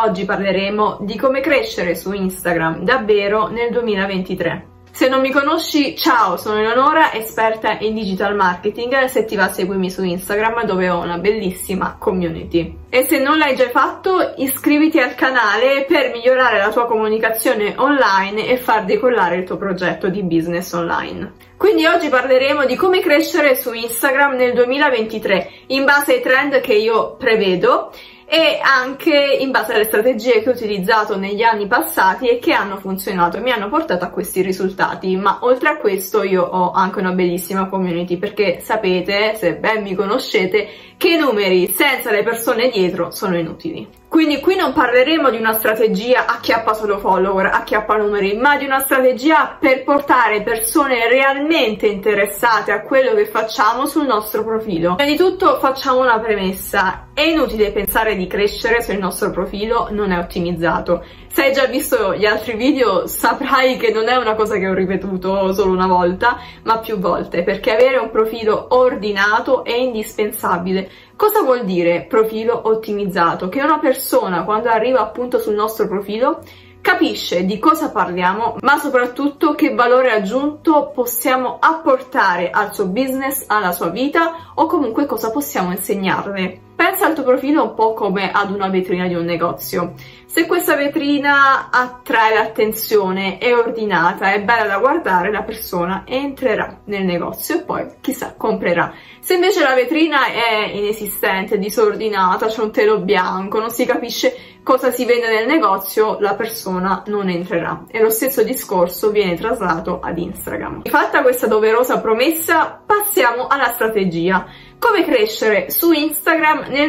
oggi parleremo di come crescere su Instagram davvero nel 2023. Se non mi conosci, ciao, sono Eleonora, esperta in digital marketing. Se ti va, seguimi su Instagram dove ho una bellissima community. E se non l'hai già fatto, iscriviti al canale per migliorare la tua comunicazione online e far decollare il tuo progetto di business online. Quindi oggi parleremo di come crescere su Instagram nel 2023 in base ai trend che io prevedo e anche in base alle strategie che ho utilizzato negli anni passati e che hanno funzionato e mi hanno portato a questi risultati. Ma oltre a questo io ho anche una bellissima community, perché sapete, se ben mi conoscete, che i numeri senza le persone dietro sono inutili. Quindi qui non parleremo di una strategia acchiappa solo follower, acchiappa numeri, ma di una strategia per portare persone realmente interessate a quello che facciamo sul nostro profilo. Prima di tutto facciamo una premessa: è inutile pensare di crescere se il nostro profilo non è ottimizzato. Se hai già visto gli altri video saprai che non è una cosa che ho ripetuto solo una volta, ma più volte, perché avere un profilo ordinato è indispensabile. Cosa vuol dire profilo ottimizzato? Che una persona, quando arriva appunto sul nostro profilo, capisce di cosa parliamo, ma soprattutto che valore aggiunto possiamo apportare al suo business, alla sua vita, o comunque cosa possiamo insegnarle. Pensa al tuo profilo un po' come ad una vetrina di un negozio. Se questa vetrina attrae l'attenzione, è ordinata, è bella da guardare, la persona entrerà nel negozio e poi, chissà, comprerà. Se invece la vetrina è inesistente, disordinata, c'è un telo bianco, non si capisce cosa si vende nel negozio, la persona non entrerà. E lo stesso discorso viene traslato ad Instagram. Fatta questa doverosa promessa, passiamo alla strategia. Come crescere su Instagram nel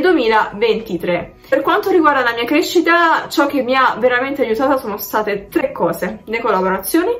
2023? Per quanto riguarda la mia crescita, ciò che mi ha veramente aiutata sono state tre cose: le collaborazioni,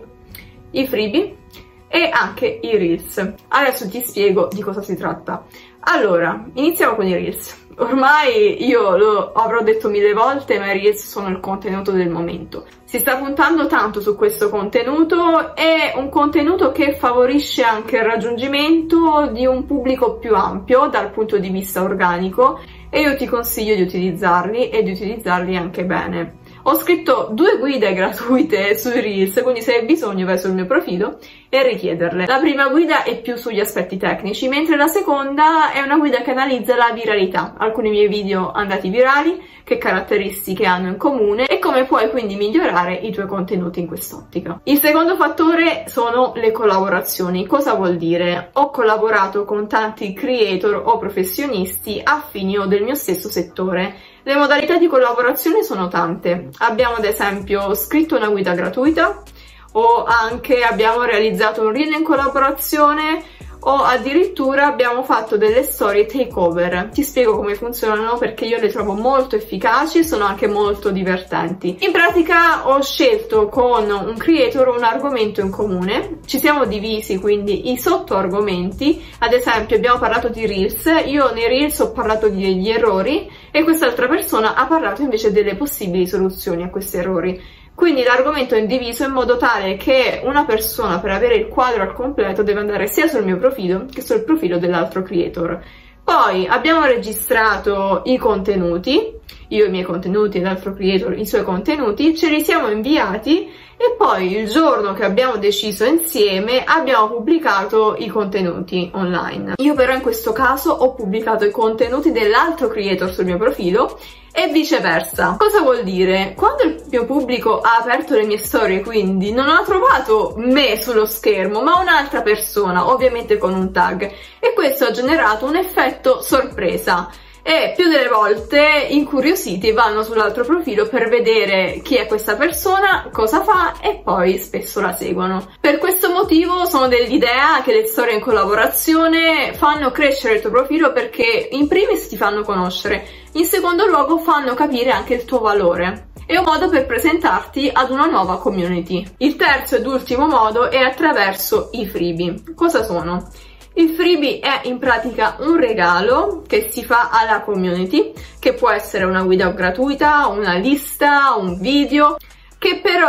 i freebie e anche i Reels. Adesso ti spiego di cosa si tratta. Allora, iniziamo con i Reels. Ormai io lo avrò detto 1000 volte, ma i Reels sono il contenuto del momento. Si sta puntando tanto su questo contenuto, è un contenuto che favorisce anche il raggiungimento di un pubblico più ampio dal punto di vista organico e io ti consiglio di utilizzarli e di utilizzarli anche bene. Ho scritto 2 guide gratuite sui Reels, quindi se hai bisogno vai sul mio profilo e richiederle. La prima guida è più sugli aspetti tecnici, mentre la seconda è una guida che analizza la viralità, alcuni miei video andati virali, che caratteristiche hanno in comune e come puoi quindi migliorare i tuoi contenuti in quest'ottica. Il secondo fattore sono le collaborazioni. Cosa vuol dire? Ho collaborato con tanti creator o professionisti affini o del mio stesso settore. Le modalità di collaborazione sono tante. Abbiamo ad esempio scritto una guida gratuita, o anche abbiamo realizzato un reel in collaborazione, o addirittura abbiamo fatto delle storie takeover. Ti spiego come funzionano perché io le trovo molto efficaci e sono anche molto divertenti. In pratica ho scelto con un creator un argomento in comune, ci siamo divisi quindi i sottoargomenti. Ad esempio abbiamo parlato di Reels, io nei Reels ho parlato degli errori e quest'altra persona ha parlato invece delle possibili soluzioni a questi errori. Quindi l'argomento è diviso in modo tale che una persona, per avere il quadro al completo, deve andare sia sul mio profilo che sul profilo dell'altro creator. Poi abbiamo registrato i contenuti, io i miei contenuti e l'altro creator i suoi contenuti, ce li siamo inviati e poi il giorno che abbiamo deciso insieme abbiamo pubblicato i contenuti online. Io però in questo caso ho pubblicato i contenuti dell'altro creator sul mio profilo e viceversa. Cosa vuol dire? Quando il mio pubblico ha aperto le mie storie, quindi non ha trovato me sullo schermo, ma un'altra persona, ovviamente con un tag, e questo ha generato un effetto sorpresa. E più delle volte incuriositi vanno sull'altro profilo per vedere chi è questa persona, cosa fa e poi spesso la seguono. Per questo motivo sono dell'idea che le storie in collaborazione fanno crescere il tuo profilo perché in primis ti fanno conoscere, in secondo luogo fanno capire anche il tuo valore. È un modo per presentarti ad una nuova community. Il terzo ed ultimo modo è attraverso i freebie. Cosa sono? Il freebie è in pratica un regalo che si fa alla community, che può essere una guida gratuita, una lista, un video, che però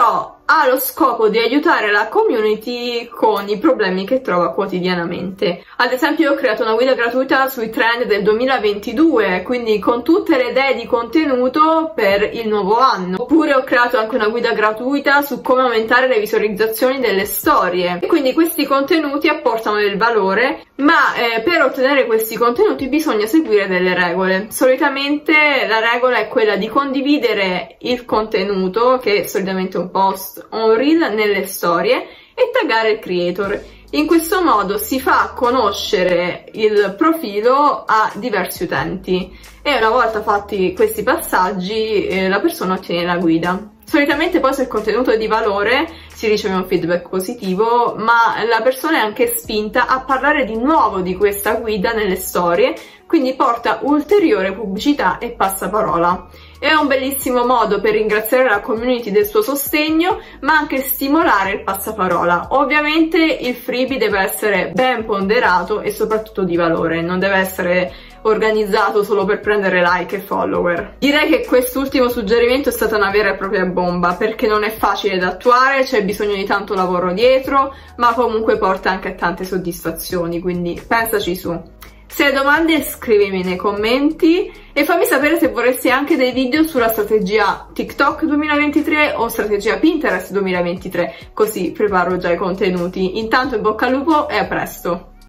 ha lo scopo di aiutare la community con i problemi che trova quotidianamente. Ad esempio, ho creato una guida gratuita sui trend del 2022, quindi con tutte le idee di contenuto per il nuovo anno. Oppure ho creato anche una guida gratuita su come aumentare le visualizzazioni delle storie. E quindi questi contenuti apportano del valore, ma per ottenere questi contenuti bisogna seguire delle regole. Solitamente la regola è quella di condividere il contenuto, che è solitamente un post o un reel, nelle storie e taggare il creator. In questo modo si fa conoscere il profilo a diversi utenti e una volta fatti questi passaggi la persona ottiene la guida. Solitamente poi, se il contenuto è di valore, si riceve un feedback positivo, ma la persona è anche spinta a parlare di nuovo di questa guida nelle storie, quindi porta ulteriore pubblicità e passaparola. È un bellissimo modo per ringraziare la community del suo sostegno, ma anche stimolare il passaparola. Ovviamente il freebie deve essere ben ponderato e soprattutto di valore, non deve essere organizzato solo per prendere like e follower. Direi che quest'ultimo suggerimento è stata una vera e propria bomba, perché non è facile da attuare, c'è bisogno di tanto lavoro dietro, ma comunque porta anche a tante soddisfazioni, quindi pensaci su. Se hai domande scrivimi nei commenti e fammi sapere se vorresti anche dei video sulla strategia TikTok 2023 o strategia Pinterest 2023, così preparo già i contenuti. Intanto in bocca al lupo e a presto!